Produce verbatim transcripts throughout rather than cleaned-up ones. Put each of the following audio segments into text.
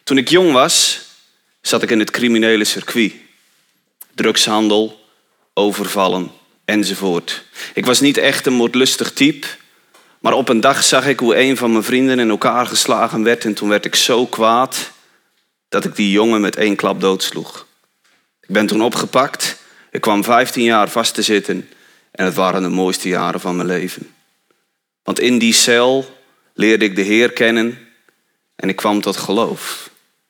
Toen ik jong was, zat ik in het criminele circuit. Drugshandel, overvallen enzovoort. Ik was niet echt een moordlustig type. Maar op een dag zag ik hoe een van mijn vrienden in elkaar geslagen werd. En toen werd ik zo kwaad dat ik die jongen met één klap doodsloeg. Ik ben toen opgepakt. Ik kwam vijftien jaar vast te zitten. En het waren de mooiste jaren van mijn leven. Want in die cel leerde ik de Heer kennen. En ik kwam tot geloof.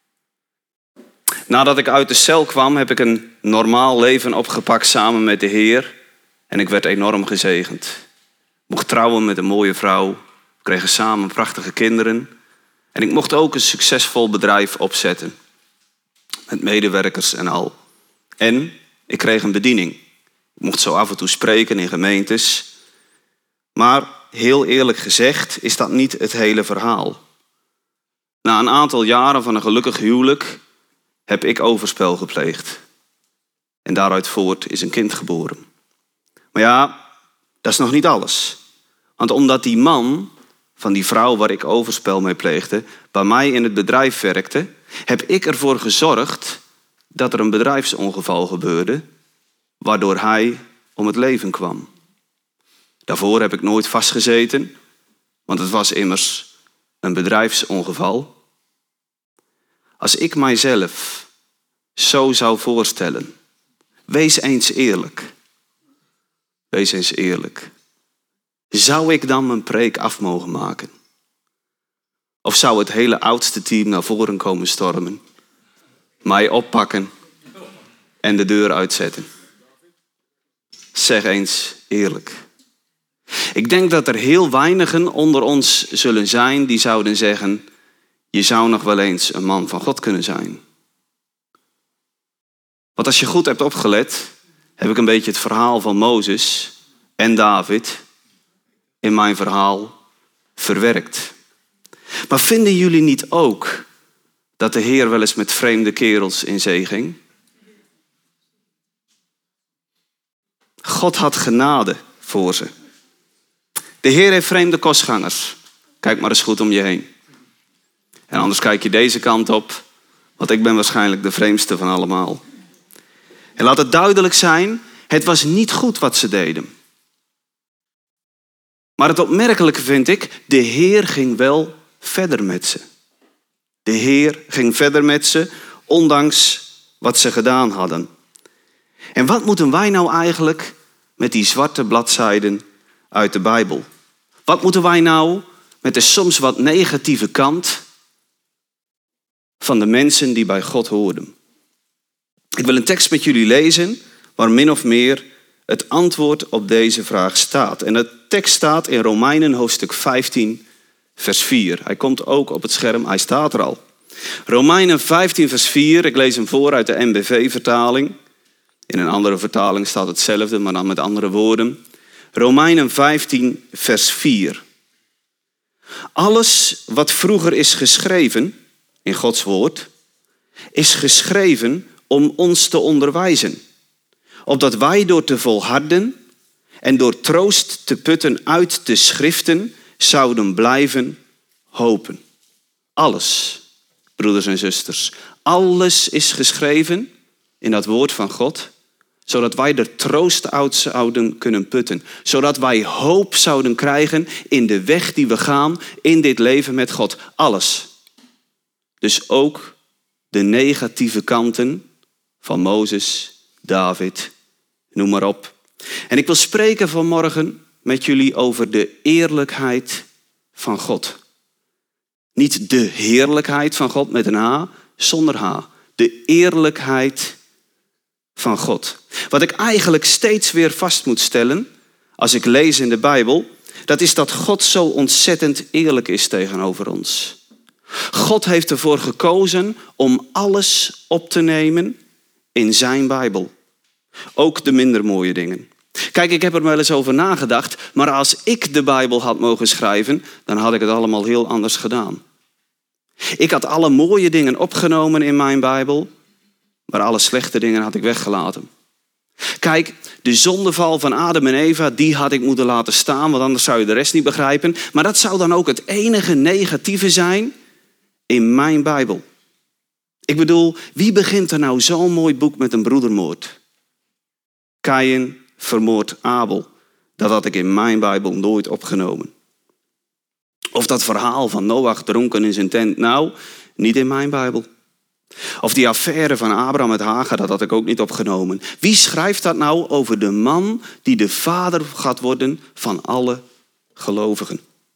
Nadat ik uit de cel kwam, heb ik een normaal leven opgepakt samen met de Heer. En ik werd enorm gezegend. Ik mocht trouwen met een mooie vrouw. We kregen samen prachtige kinderen. En ik mocht ook een succesvol bedrijf opzetten. Met medewerkers en al. En ik kreeg een bediening. Ik mocht zo af en toe spreken in gemeentes. Maar heel eerlijk gezegd is dat niet het hele verhaal. Na een aantal jaren van een gelukkig huwelijk heb ik overspel gepleegd. En daaruit voort is een kind geboren. Maar ja, dat is nog niet alles. Want omdat die man van die vrouw waar ik overspel mee pleegde bij mij in het bedrijf werkte, heb ik ervoor gezorgd dat er een bedrijfsongeval gebeurde, waardoor hij om het leven kwam. Daarvoor heb ik nooit vastgezeten, want het was immers een bedrijfsongeval. Als ik mijzelf zo zou voorstellen, wees eens eerlijk. Wees eens eerlijk. Zou ik dan mijn preek af mogen maken? Of zou het hele oudste team naar voren komen stormen, mij oppakken en de deur uitzetten? Zeg eens eerlijk. Ik denk dat er heel weinigen onder ons zullen zijn die zouden zeggen, je zou nog wel eens een man van God kunnen zijn. Want als je goed hebt opgelet, heb ik een beetje het verhaal van Mozes en David in mijn verhaal verwerkt. Maar vinden jullie niet ook dat de Heer wel eens met vreemde kerels in zee ging? God had genade voor ze. De Heer heeft vreemde kostgangers. Kijk maar eens goed om je heen. En anders kijk je deze kant op, want ik ben waarschijnlijk de vreemdste van allemaal. En laat het duidelijk zijn, het was niet goed wat ze deden. Maar het opmerkelijke vind ik, de Heer ging wel verder met ze. De Heer ging verder met ze, ondanks wat ze gedaan hadden. En wat moeten wij nou eigenlijk met die zwarte bladzijden uit de Bijbel? Wat moeten wij nou met de soms wat negatieve kant van de mensen die bij God hoorden? Ik wil een tekst met jullie lezen waar min of meer het antwoord op deze vraag staat. En de tekst staat in Romeinen hoofdstuk vijftien vers vier. Hij komt ook op het scherm, hij staat er al. Romeinen vijftien vers vier, ik lees hem voor uit de N B V-vertaling. In een andere vertaling staat hetzelfde, maar dan met andere woorden. Romeinen vijftien vers vier. Alles wat vroeger is geschreven in Gods woord, is geschreven om ons te onderwijzen. Opdat wij door te volharden en door troost te putten uit de schriften zouden blijven hopen. Alles, broeders en zusters, alles is geschreven in dat woord van God, zodat wij er troost uit zouden kunnen putten. Zodat wij hoop zouden krijgen in de weg die we gaan in dit leven met God. Alles. Dus ook de negatieve kanten van Mozes, David, noem maar op. En ik wil spreken vanmorgen met jullie over de eerlijkheid van God. Niet de heerlijkheid van God met een H, zonder H. De eerlijkheid van God. Wat ik eigenlijk steeds weer vast moet stellen, als ik lees in de Bijbel, dat is dat God zo ontzettend eerlijk is tegenover ons. God heeft ervoor gekozen om alles op te nemen in zijn Bijbel. Ook de minder mooie dingen. Kijk, ik heb er wel eens over nagedacht, maar als ik de Bijbel had mogen schrijven, dan had ik het allemaal heel anders gedaan. Ik had alle mooie dingen opgenomen in mijn Bijbel, maar alle slechte dingen had ik weggelaten. Kijk, de zondeval van Adam en Eva, die had ik moeten laten staan, want anders zou je de rest niet begrijpen. Maar dat zou dan ook het enige negatieve zijn in mijn Bijbel. Ik bedoel, wie begint er nou zo'n mooi boek met een broedermoord? Kaïn vermoordt Abel. Dat had ik in mijn Bijbel nooit opgenomen. Of dat verhaal van Noach dronken in zijn tent. Nou, niet in mijn Bijbel. Of die affaire van Abraham met Hagar, dat had ik ook niet opgenomen. Wie schrijft dat nou over de man die de vader gaat worden van alle gelovigen?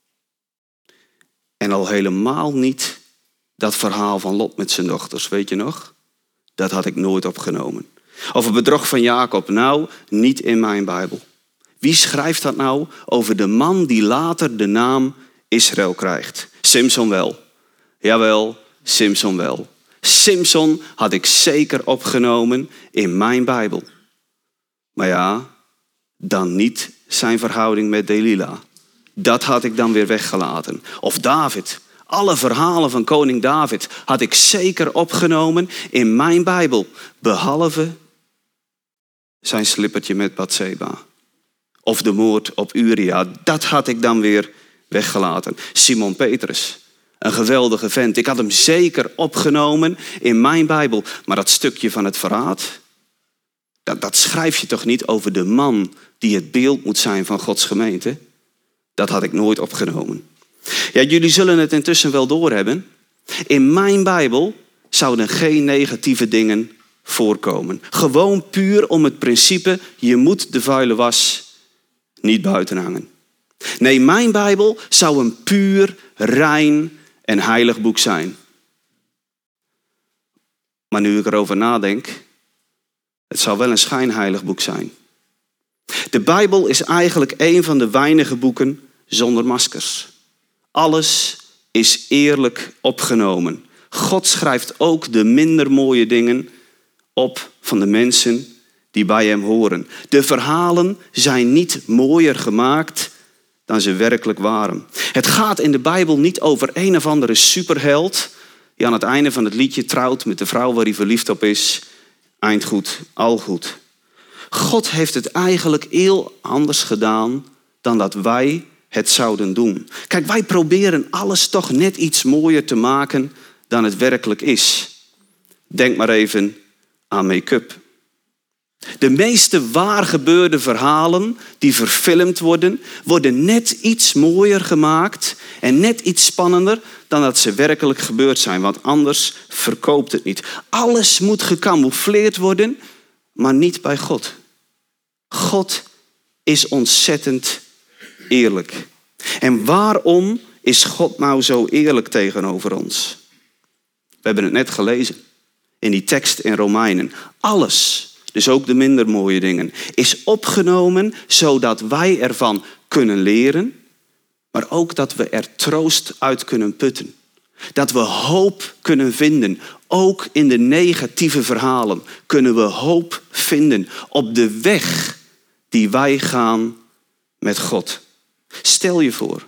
En al helemaal niet dat verhaal van Lot met zijn dochters, weet je nog? Dat had ik nooit opgenomen. Of het bedrog van Jacob, nou, niet in mijn Bijbel. Wie schrijft dat nou over de man die later de naam Israël krijgt? Simson wel. Jawel, Simson wel. Simson had ik zeker opgenomen in mijn Bijbel. Maar ja, dan niet zijn verhouding met Delila. Dat had ik dan weer weggelaten. Of David. Alle verhalen van koning David had ik zeker opgenomen in mijn Bijbel. Behalve zijn slippertje met Batseba. Of de moord op Uria. Dat had ik dan weer weggelaten. Simon Petrus. Een geweldige vent. Ik had hem zeker opgenomen in mijn Bijbel. Maar dat stukje van het verraad, dat, dat schrijf je toch niet over de man die het beeld moet zijn van Gods gemeente? Dat had ik nooit opgenomen. Ja, jullie zullen het intussen wel doorhebben. In mijn Bijbel zouden geen negatieve dingen voorkomen. Gewoon puur om het principe, je moet de vuile was niet buiten hangen. Nee, mijn Bijbel zou een puur, rein en heilig boek zijn. Maar nu ik erover nadenk, het zou wel een schijnheilig boek zijn. De Bijbel is eigenlijk een van de weinige boeken zonder maskers. Alles is eerlijk opgenomen. God schrijft ook de minder mooie dingen op van de mensen die bij hem horen. De verhalen zijn niet mooier gemaakt dan ze werkelijk waren. Het gaat in de Bijbel niet over een of andere superheld die aan het einde van het liedje trouwt met de vrouw waar hij verliefd op is. Eind goed, al goed. God heeft het eigenlijk heel anders gedaan dan dat wij het zouden doen. Kijk, wij proberen alles toch net iets mooier te maken dan het werkelijk is. Denk maar even aan make-up. De meeste waar gebeurde verhalen die verfilmd worden, worden net iets mooier gemaakt en net iets spannender dan dat ze werkelijk gebeurd zijn. Want anders verkoopt het niet. Alles moet gecamoufleerd worden, maar niet bij God. God is ontzettend eerlijk. En waarom is God nou zo eerlijk tegenover ons? We hebben het net gelezen in die tekst in Romeinen. Alles, dus ook de minder mooie dingen, is opgenomen zodat wij ervan kunnen leren, maar ook dat we er troost uit kunnen putten. Dat we hoop kunnen vinden. Ook in de negatieve verhalen kunnen we hoop vinden op de weg die wij gaan met God. Stel je voor.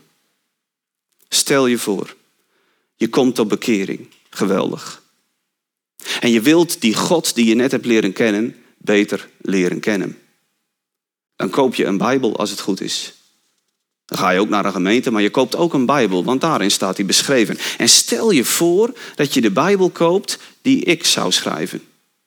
Stel je voor. Je komt tot bekering. Geweldig. En je wilt die God die je net hebt leren kennen, beter leren kennen. Dan koop je een Bijbel als het goed is. Dan ga je ook naar een gemeente, maar je koopt ook een Bijbel, want daarin staat die beschreven. En stel je voor dat je de Bijbel koopt die ik zou schrijven.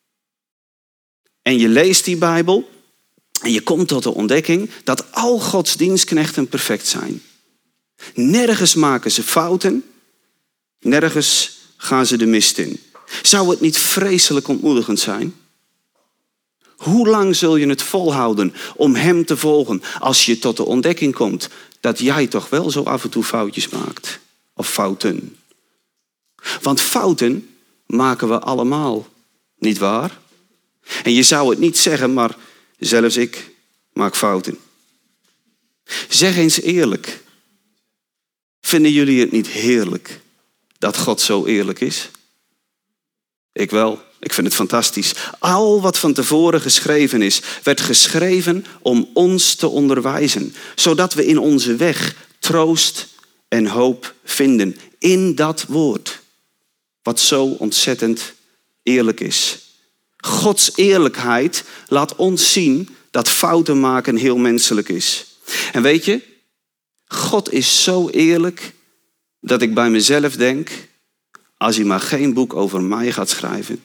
En je leest die Bijbel en je komt tot de ontdekking dat al Gods dienstknechten perfect zijn. Nergens maken ze fouten, nergens gaan ze de mist in. Zou het niet vreselijk ontmoedigend zijn? Hoe lang zul je het volhouden om hem te volgen als je tot de ontdekking komt dat jij toch wel zo af en toe foutjes maakt? Of fouten. Want fouten maken we allemaal, niet waar? En je zou het niet zeggen, maar zelfs ik maak fouten. Zeg eens eerlijk. Vinden jullie het niet heerlijk dat God zo eerlijk is? Ik wel. Ik vind het fantastisch. Al wat van tevoren geschreven is, werd geschreven om ons te onderwijzen. Zodat we in onze weg troost en hoop vinden. In dat woord. Wat zo ontzettend eerlijk is. Gods eerlijkheid laat ons zien dat fouten maken heel menselijk is. En weet je, God is zo eerlijk dat ik bij mezelf denk, als hij maar geen boek over mij gaat schrijven.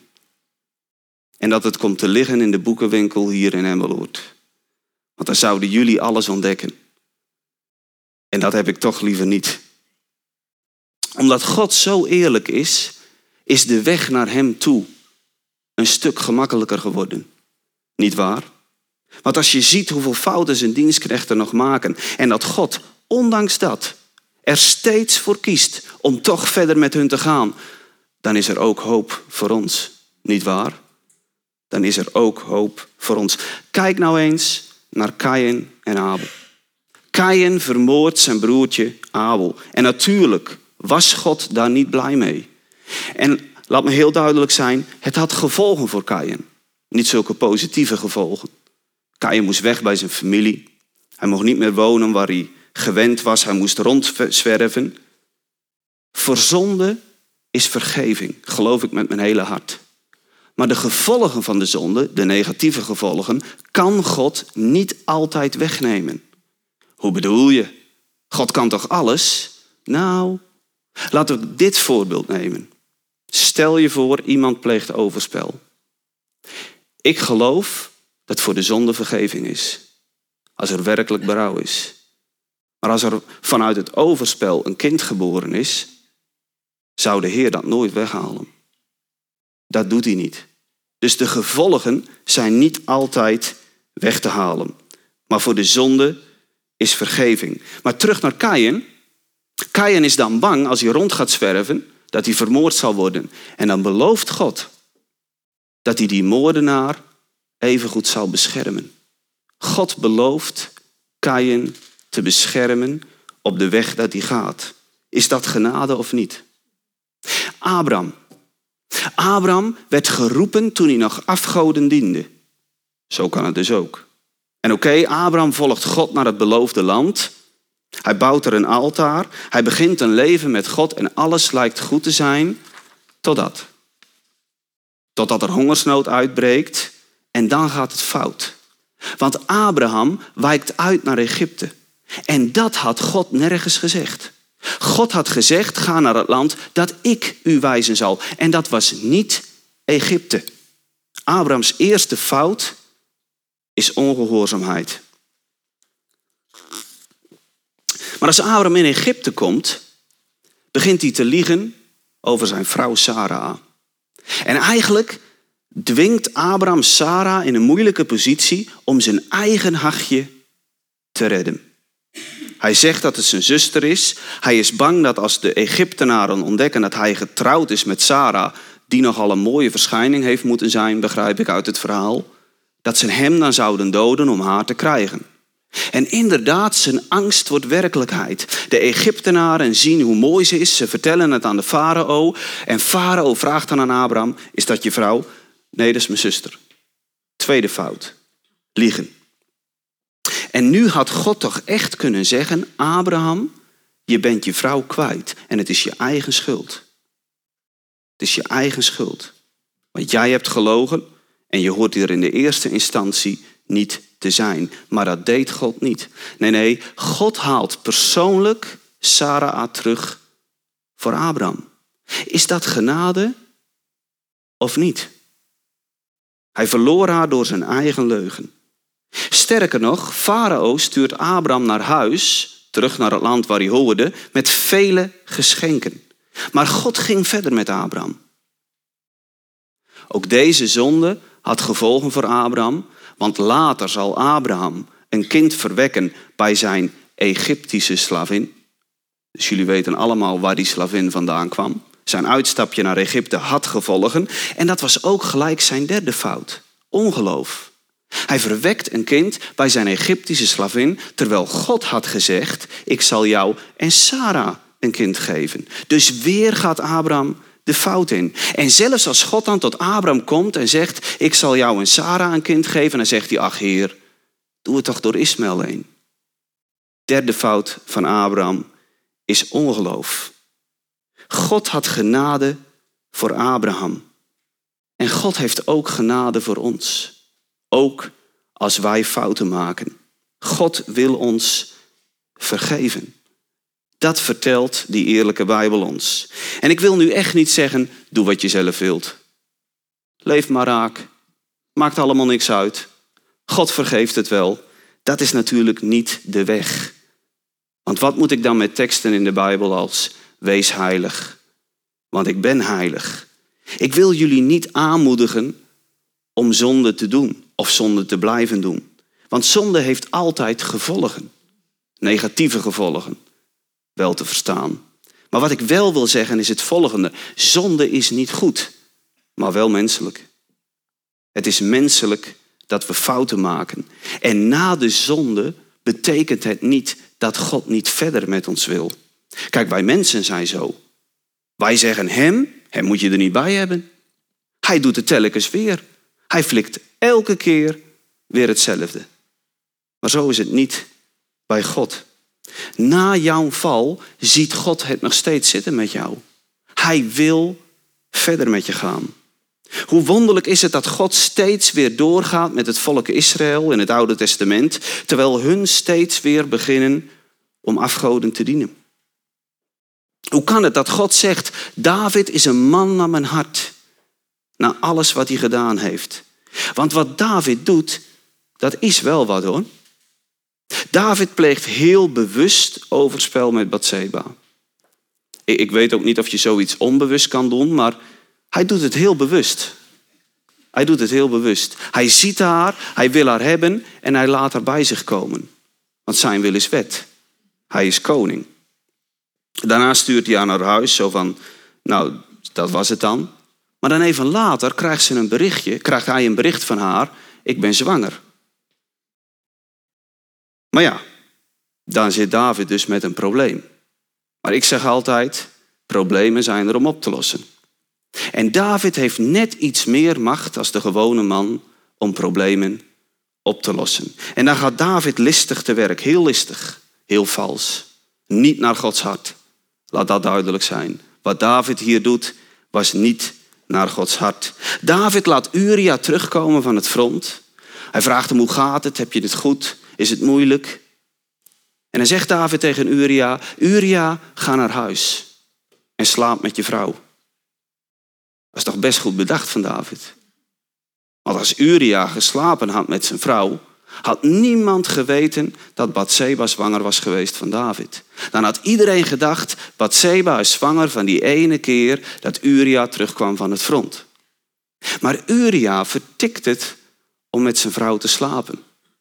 En dat het komt te liggen in de boekenwinkel hier in Emmeloord. Want dan zouden jullie alles ontdekken. En dat heb ik toch liever niet. Omdat God zo eerlijk is, is de weg naar hem toe een stuk gemakkelijker geworden. Niet waar? Want als je ziet hoeveel fouten zijn dienstknechten nog maken en dat God, ondanks dat, er steeds voor kiest om toch verder met hun te gaan, dan is er ook hoop voor ons. Niet waar? Dan is er ook hoop voor ons. Kijk nou eens naar Kaïn en Abel. Kaïn vermoordt zijn broertje Abel. En natuurlijk was God daar niet blij mee. En laat me heel duidelijk zijn, het had gevolgen voor Kaïn. Niet zulke positieve gevolgen. Kaïn moest weg bij zijn familie. Hij mocht niet meer wonen waar hij gewend was. Hij moest rondzwerven. Voor zonde is vergeving, geloof ik met mijn hele hart. Maar de gevolgen van de zonde, de negatieve gevolgen, kan God niet altijd wegnemen. Hoe bedoel je? God kan toch alles? Nou, laten we dit voorbeeld nemen. Stel je voor, iemand pleegt overspel. Ik geloof dat voor de zonde vergeving is. Als er werkelijk berouw is. Maar als er vanuit het overspel een kind geboren is, zou de Heer dat nooit weghalen. Dat doet hij niet. Dus de gevolgen zijn niet altijd weg te halen. Maar voor de zonde is vergeving. Maar terug naar Kaïn. Kaïn is dan bang als hij rond gaat zwerven, dat hij vermoord zal worden. En dan belooft God dat hij die moordenaar evengoed zal beschermen. God belooft Kaïn te beschermen op de weg dat hij gaat. Is dat genade of niet? Abraham. Abraham werd geroepen toen hij nog afgoden diende. Zo kan het dus ook. En oké, okay, Abraham volgt God naar het beloofde land. Hij bouwt er een altaar. Hij begint een leven met God en alles lijkt goed te zijn. Totdat. Totdat er hongersnood uitbreekt en dan gaat het fout. Want Abraham wijkt uit naar Egypte. En dat had God nergens gezegd. God had gezegd, ga naar het land dat ik u wijzen zal. En dat was niet Egypte. Abrahams eerste fout is ongehoorzaamheid. Maar als Abraham in Egypte komt, begint hij te liegen over zijn vrouw Sarah. En eigenlijk dwingt Abraham Sarah in een moeilijke positie om zijn eigen hachje te redden. Hij zegt dat het zijn zuster is. Hij is bang dat als de Egyptenaren ontdekken dat hij getrouwd is met Sarah, die nogal een mooie verschijning heeft moeten zijn, begrijp ik uit het verhaal, dat ze hem dan zouden doden om haar te krijgen. En inderdaad, zijn angst wordt werkelijkheid. De Egyptenaren zien hoe mooi ze is. Ze vertellen het aan de farao. En farao vraagt dan aan Abraham, is dat je vrouw? Nee, dat is mijn zuster. Tweede fout. Liegen. En nu had God toch echt kunnen zeggen, Abraham, je bent je vrouw kwijt. En het is je eigen schuld. Het is je eigen schuld. Want jij hebt gelogen en je hoort hier in de eerste instantie niet te zijn. Maar dat deed God niet. Nee, nee, God haalt persoonlijk Sarah terug voor Abraham. Is dat genade of niet? Hij verloor haar door zijn eigen leugen. Sterker nog, farao stuurt Abraham naar huis, terug naar het land waar hij hoorde, met vele geschenken. Maar God ging verder met Abraham. Ook deze zonde had gevolgen voor Abraham, want later zal Abraham een kind verwekken bij zijn Egyptische slavin. Dus jullie weten allemaal waar die slavin vandaan kwam. Zijn uitstapje naar Egypte had gevolgen en dat was ook gelijk zijn derde fout. Ongeloof. Hij verwekt een kind bij zijn Egyptische slavin, terwijl God had gezegd, ik zal jou en Sarah een kind geven. Dus weer gaat Abraham de fout in. En zelfs als God dan tot Abraham komt en zegt, ik zal jou en Sarah een kind geven, dan zegt hij, ach Heer, doe het toch door Ismaël heen. Derde fout van Abraham is ongeloof. God had genade voor Abraham. En God heeft ook genade voor ons. Ook als wij fouten maken. God wil ons vergeven. Dat vertelt die eerlijke Bijbel ons. En ik wil nu echt niet zeggen, doe wat je zelf wilt. Leef maar raak. Maakt allemaal niks uit. God vergeeft het wel. Dat is natuurlijk niet de weg. Want wat moet ik dan met teksten in de Bijbel als wees heilig? Want ik ben heilig. Ik wil jullie niet aanmoedigen om zonde te doen of zonde te blijven doen. Want zonde heeft altijd gevolgen. Negatieve gevolgen. Wel te verstaan. Maar wat ik wel wil zeggen is het volgende. Zonde is niet goed, maar wel menselijk. Het is menselijk dat we fouten maken. En na de zonde betekent het niet dat God niet verder met ons wil. Kijk, wij mensen zijn zo. Wij zeggen hem, hem moet je er niet bij hebben. Hij doet het telkens weer. Hij flikt elke keer weer hetzelfde. Maar zo is het niet bij God. Na jouw val ziet God het nog steeds zitten met jou. Hij wil verder met je gaan. Hoe wonderlijk is het dat God steeds weer doorgaat met het volk Israël in het Oude Testament, terwijl hun steeds weer beginnen om afgoden te dienen. Hoe kan het dat God zegt, David is een man naar mijn hart, na alles wat hij gedaan heeft. Want wat David doet, dat is wel wat hoor. David pleegt heel bewust overspel met Batseba. Ik weet ook niet of je zoiets onbewust kan doen, maar hij doet het heel bewust. Hij doet het heel bewust. Hij ziet haar, hij wil haar hebben en hij laat haar bij zich komen. Want zijn wil is wet. Hij is koning. Daarna stuurt hij haar naar huis, zo van, nou, dat was het dan. Maar dan even later krijgt ze een berichtje, krijgt hij een bericht van haar, ik ben zwanger. Maar ja, dan zit David dus met een probleem. Maar ik zeg altijd, problemen zijn er om op te lossen. En David heeft net iets meer macht als de gewone man om problemen op te lossen. En dan gaat David listig te werk, heel listig, heel vals. Niet naar Gods hart. Laat dat duidelijk zijn. Wat David hier doet, was niet naar Gods hart. David laat Uria terugkomen van het front. Hij vraagt hem, hoe gaat het? Heb je het goed? Is het moeilijk? En dan zegt David tegen Uria, Uria, ga naar huis en slaap met je vrouw. Dat is toch best goed bedacht van David. Want als Uria geslapen had met zijn vrouw, had niemand geweten dat Batseba zwanger was geweest van David. Dan had iedereen gedacht, Batseba is zwanger van die ene keer dat Uria terugkwam van het front. Maar Uria vertikt het om met zijn vrouw te slapen.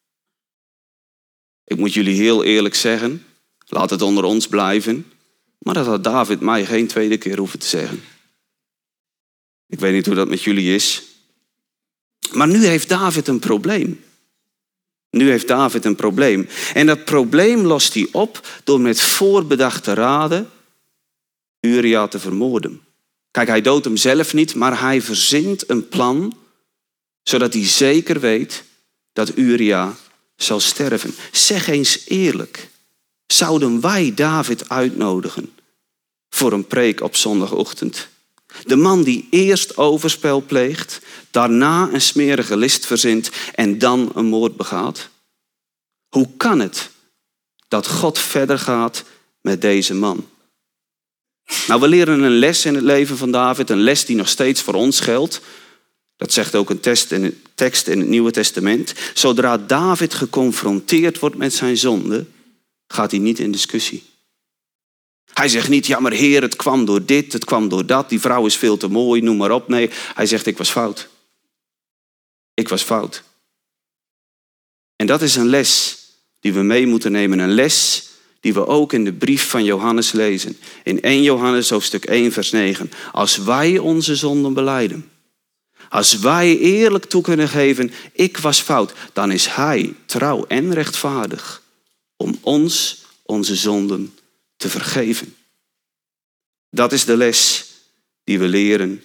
Ik moet jullie heel eerlijk zeggen, laat het onder ons blijven, maar dat had David mij geen tweede keer hoeven te zeggen. Ik weet niet hoe dat met jullie is. Maar nu heeft David een probleem. Nu heeft David een probleem. En dat probleem lost hij op door met voorbedachte raden Uria te vermoorden. Kijk, hij doodt hem zelf niet, maar hij verzint een plan zodat hij zeker weet dat Uria zal sterven. Zeg eens eerlijk, zouden wij David uitnodigen voor een preek op zondagochtend? De man die eerst overspel pleegt, daarna een smerige list verzint en dan een moord begaat? Hoe kan het dat God verder gaat met deze man? Nou, we leren een les in het leven van David, een les die nog steeds voor ons geldt. Dat zegt ook een tekst in het Nieuwe Testament. Zodra David geconfronteerd wordt met zijn zonde, gaat hij niet in discussie. Hij zegt niet, ja maar Heer, het kwam door dit, het kwam door dat. Die vrouw is veel te mooi, noem maar op. Nee, hij zegt, ik was fout. Ik was fout. En dat is een les die we mee moeten nemen. Een les die we ook in de brief van Johannes lezen. In eerste Johannes hoofdstuk één vers negen. Als wij onze zonden belijden. Als wij eerlijk toe kunnen geven, ik was fout. Dan is hij trouw en rechtvaardig om ons onze zonden te vergeven. Dat is de les die we leren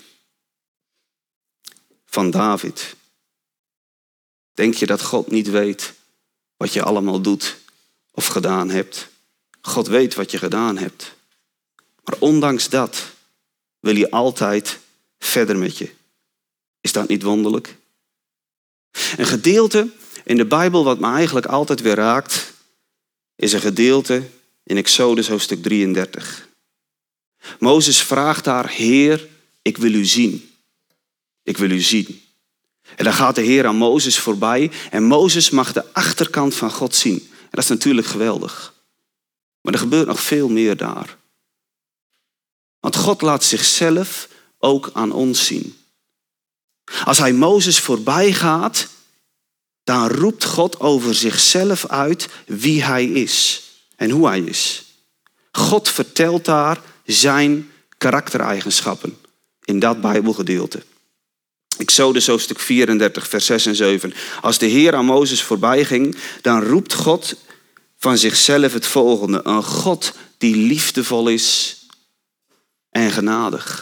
van David. Denk je dat God niet weet wat je allemaal doet of gedaan hebt? God weet wat je gedaan hebt. Maar ondanks dat wil hij altijd verder met je. Is dat niet wonderlijk? Een gedeelte in de Bijbel wat me eigenlijk altijd weer raakt, is een gedeelte in Exodus hoofdstuk drieëndertig. Mozes vraagt daar, Heer, ik wil u zien. Ik wil u zien. En dan gaat de Heer aan Mozes voorbij en Mozes mag de achterkant van God zien. En dat is natuurlijk geweldig. Maar er gebeurt nog veel meer daar. Want God laat zichzelf ook aan ons zien. Als hij Mozes voorbij gaat, dan roept God over zichzelf uit wie hij is en hoe hij is. God vertelt daar zijn karaktereigenschappen in dat Bijbelgedeelte. Exodus hoofdstuk vierendertig, vers zes en zeven. Als de Heer aan Mozes voorbij ging, dan roept God van zichzelf het volgende. Een God die liefdevol is en genadig.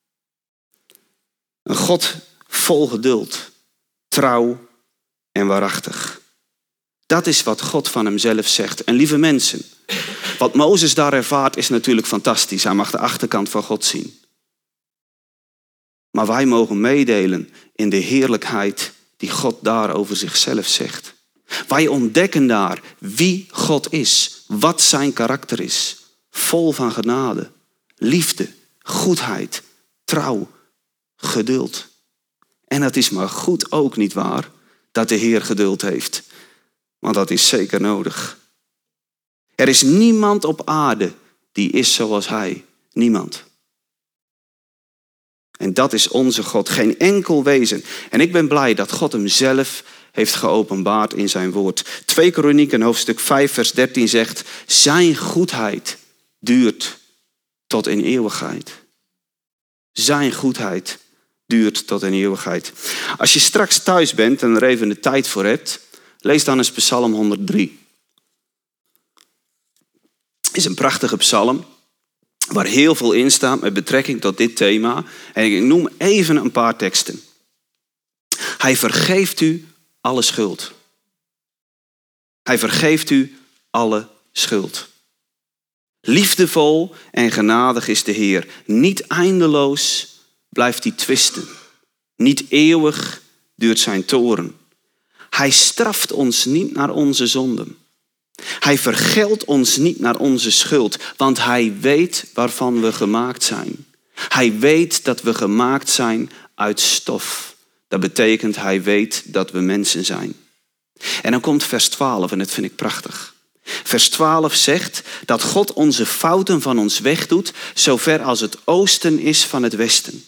Een God vol geduld, trouw en waarachtig. Dat is wat God van hemzelf zegt. En lieve mensen, wat Mozes daar ervaart is natuurlijk fantastisch. Hij mag de achterkant van God zien. Maar wij mogen meedelen in de heerlijkheid die God daar over zichzelf zegt. Wij ontdekken daar wie God is, wat zijn karakter is. Vol van genade, liefde, goedheid, trouw, geduld. En dat is maar goed ook niet waar, dat de Heer geduld heeft. Want dat is zeker nodig. Er is niemand op aarde die is zoals hij. Niemand. En dat is onze God, geen enkel wezen. En ik ben blij dat God hem zelf heeft geopenbaard in zijn woord. twee Kronieken hoofdstuk vijf vers dertien zegt, zijn goedheid duurt tot in eeuwigheid. Zijn goedheid duurt tot in eeuwigheid. Als je straks thuis bent en er even de tijd voor hebt, lees dan eens Psalm honderddrie. Het is een prachtige psalm waar heel veel in staat met betrekking tot dit thema. En ik noem even een paar teksten. Hij vergeeft u alle schuld. Hij vergeeft u alle schuld. Liefdevol en genadig is de Heer. Niet eindeloos blijft hij twisten. Niet eeuwig duurt zijn toorn. Hij straft ons niet naar onze zonden. Hij vergeldt ons niet naar onze schuld, want hij weet waarvan we gemaakt zijn. Hij weet dat we gemaakt zijn uit stof. Dat betekent hij weet dat we mensen zijn. En dan komt vers twaalf en dat vind ik prachtig. Vers twaalf zegt dat God onze fouten van ons wegdoet, zover als het oosten is van het westen.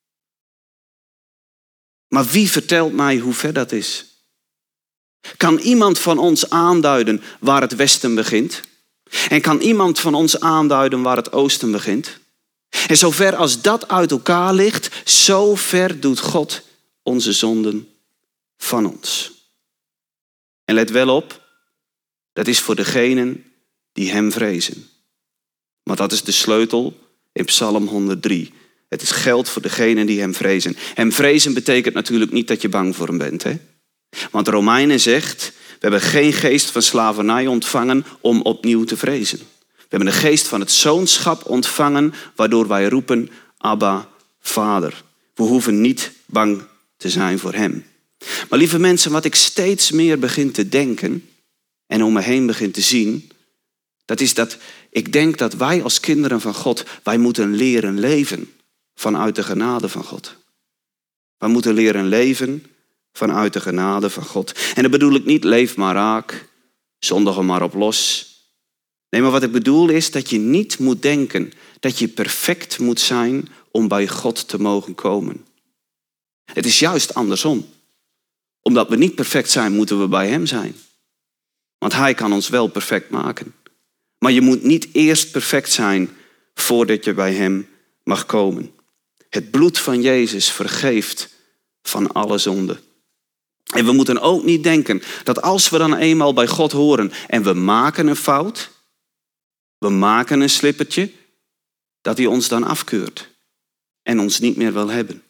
Maar wie vertelt mij hoe ver dat is? Kan iemand van ons aanduiden waar het westen begint? En kan iemand van ons aanduiden waar het oosten begint? En zover als dat uit elkaar ligt, zo ver doet God onze zonden van ons. En let wel op, dat is voor degenen die hem vrezen. Want dat is de sleutel in Psalm honderddrie. Het is geld voor degenen die hem vrezen. Hem vrezen betekent natuurlijk niet dat je bang voor hem bent, hè? Want Romeinen zegt, we hebben geen geest van slavernij ontvangen om opnieuw te vrezen. We hebben de geest van het zoonschap ontvangen, waardoor wij roepen, Abba, Vader. We hoeven niet bang te zijn voor hem. Maar lieve mensen, wat ik steeds meer begin te denken en om me heen begin te zien, dat is dat ik denk dat wij als kinderen van God, wij moeten leren leven vanuit de genade van God. Wij moeten leren leven vanuit de genade van God. En dat bedoel ik niet, leef maar raak, zondig er maar op los. Nee, maar wat ik bedoel is dat je niet moet denken dat je perfect moet zijn om bij God te mogen komen. Het is juist andersom. Omdat we niet perfect zijn, moeten we bij hem zijn. Want hij kan ons wel perfect maken. Maar je moet niet eerst perfect zijn voordat je bij hem mag komen. Het bloed van Jezus vergeeft van alle zonde. En we moeten ook niet denken dat als we dan eenmaal bij God horen en we maken een fout, we maken een slippertje, dat hij ons dan afkeurt en ons niet meer wil hebben.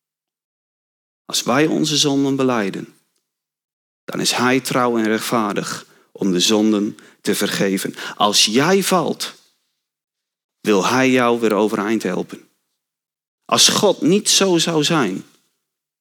Als wij onze zonden belijden, dan is hij trouw en rechtvaardig om de zonden te vergeven. Als jij valt, wil hij jou weer overeind helpen. Als God niet zo zou zijn,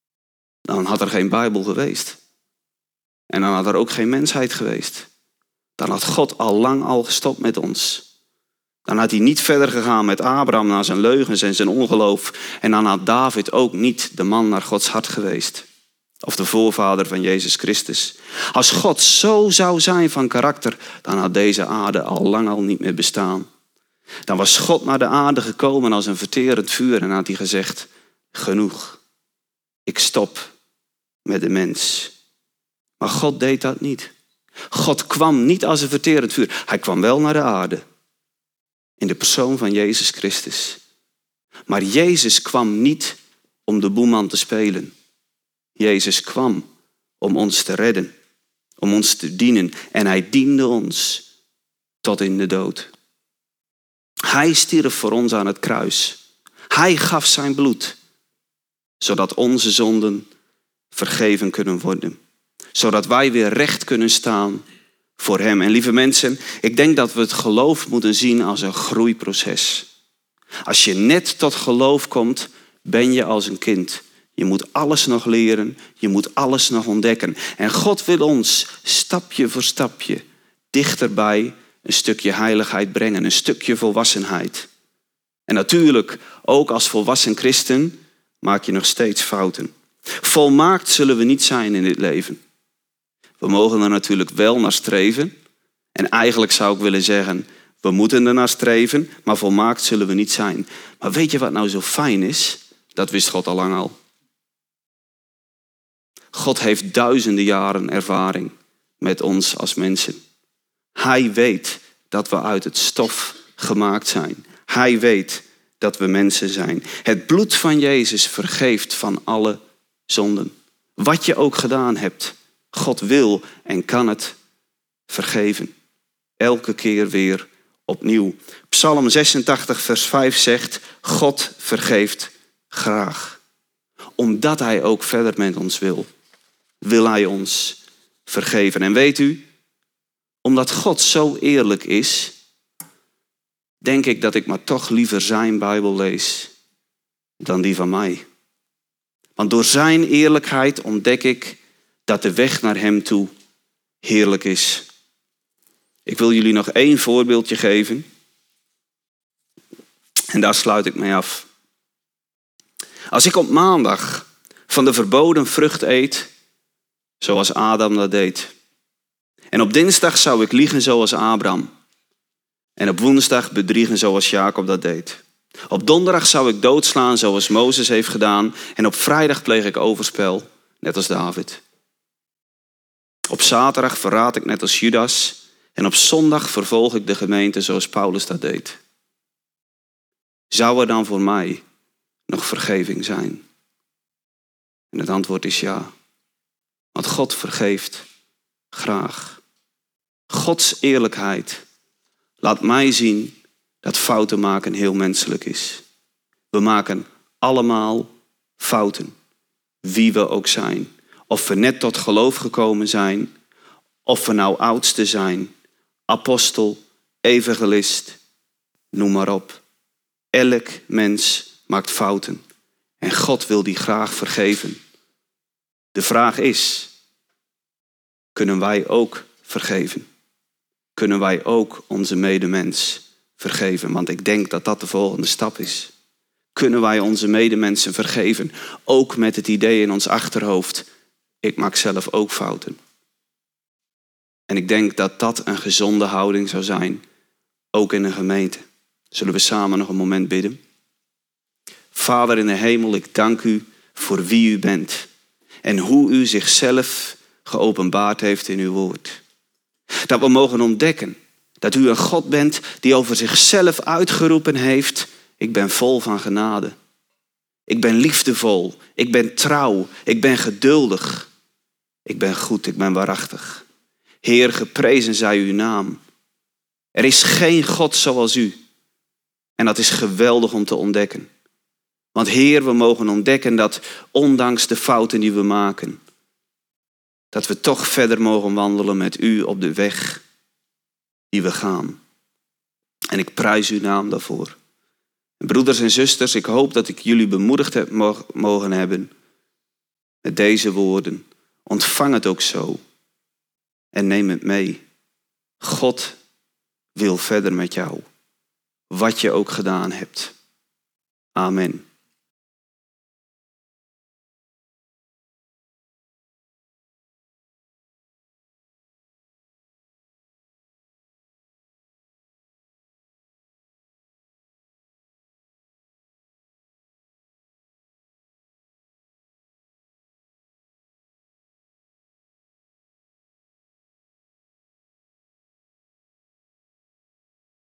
dan had er geen Bijbel geweest. En dan had er ook geen mensheid geweest. dan had God al lang al gestopt met ons. Dan had hij niet verder gegaan met Abraham naar zijn leugens en zijn ongeloof. En dan had David ook niet de man naar Gods hart geweest. Of de voorvader van Jezus Christus. Als God zo zou zijn van karakter, dan had deze aarde al lang al niet meer bestaan. Dan was God naar de aarde gekomen als een verterend vuur en had hij gezegd, genoeg, ik stop met de mens. Maar God deed dat niet. God kwam niet als een verterend vuur. Hij kwam wel naar de aarde. In de persoon van Jezus Christus. Maar Jezus kwam niet om de boeman te spelen. Jezus kwam om ons te redden. Om ons te dienen. En hij diende ons tot in de dood. Hij stierf voor ons aan het kruis. Hij gaf zijn bloed. Zodat onze zonden vergeven kunnen worden. Zodat wij weer recht kunnen staan voor hem. En lieve mensen, ik denk dat we het geloof moeten zien als een groeiproces. Als je net tot geloof komt, ben je als een kind. Je moet alles nog leren, je moet alles nog ontdekken. En God wil ons stapje voor stapje dichterbij een stukje heiligheid brengen, een stukje volwassenheid. En natuurlijk, ook als volwassen christen, maak je nog steeds fouten. Volmaakt zullen we niet zijn in dit leven. We mogen er natuurlijk wel naar streven. En eigenlijk zou ik willen zeggen, we moeten er naar streven, maar volmaakt zullen we niet zijn. Maar weet je wat nou zo fijn is? Dat wist God al lang al. God heeft duizenden jaren ervaring met ons als mensen. Hij weet dat we uit het stof gemaakt zijn. Hij weet dat we mensen zijn. Het bloed van Jezus vergeeft van alle zonden. Wat je ook gedaan hebt. God wil en kan het vergeven. Elke keer weer opnieuw. Psalm zesentachtig vers vijf zegt, God vergeeft graag. Omdat hij ook verder met ons wil. Wil hij ons vergeven. En weet u, omdat God zo eerlijk is, denk ik dat ik maar toch liever zijn Bijbel lees dan die van mij. Want door zijn eerlijkheid ontdek ik dat de weg naar hem toe heerlijk is. Ik wil jullie nog één voorbeeldje geven. En daar sluit ik mee af. Als ik op maandag van de verboden vrucht eet, zoals Adam dat deed. En op dinsdag zou ik liegen zoals Abraham. En op woensdag bedriegen zoals Jacob dat deed. Op donderdag zou ik doodslaan zoals Mozes heeft gedaan. En op vrijdag pleeg ik overspel, net als David. Op zaterdag verraad ik net als Judas. En op zondag vervolg ik de gemeente zoals Paulus dat deed. Zou er dan voor mij nog vergeving zijn? En het antwoord is ja. Want God vergeeft graag. Gods eerlijkheid laat mij zien dat fouten maken heel menselijk is. We maken allemaal fouten. Wie we ook zijn. Of we net tot geloof gekomen zijn. Of we nou oudste zijn. Apostel, evangelist, noem maar op. Elk mens maakt fouten. En God wil die graag vergeven. De vraag is, kunnen wij ook vergeven? Kunnen wij ook onze medemens vergeven? Want ik denk dat dat de volgende stap is. Kunnen wij onze medemensen vergeven? Ook met het idee in ons achterhoofd, ik maak zelf ook fouten. En ik denk dat dat een gezonde houding zou zijn, ook in een gemeente. Zullen we samen nog een moment bidden? Vader in de hemel, ik dank u voor wie u bent. En hoe u zichzelf geopenbaard heeft in uw woord. Dat we mogen ontdekken dat u een God bent die over zichzelf uitgeroepen heeft. Ik ben vol van genade. Ik ben liefdevol. Ik ben trouw. Ik ben geduldig. Ik ben goed. Ik ben waarachtig. Heer, geprezen zij uw naam. Er is geen God zoals u. En dat is geweldig om te ontdekken. Want Heer, we mogen ontdekken dat ondanks de fouten die we maken, dat we toch verder mogen wandelen met u op de weg die we gaan. En ik prijs uw naam daarvoor. En broeders en zusters, ik hoop dat ik jullie bemoedigd heb mogen hebben met deze woorden. Ontvang het ook zo en neem het mee. God wil verder met jou. Wat je ook gedaan hebt. Amen.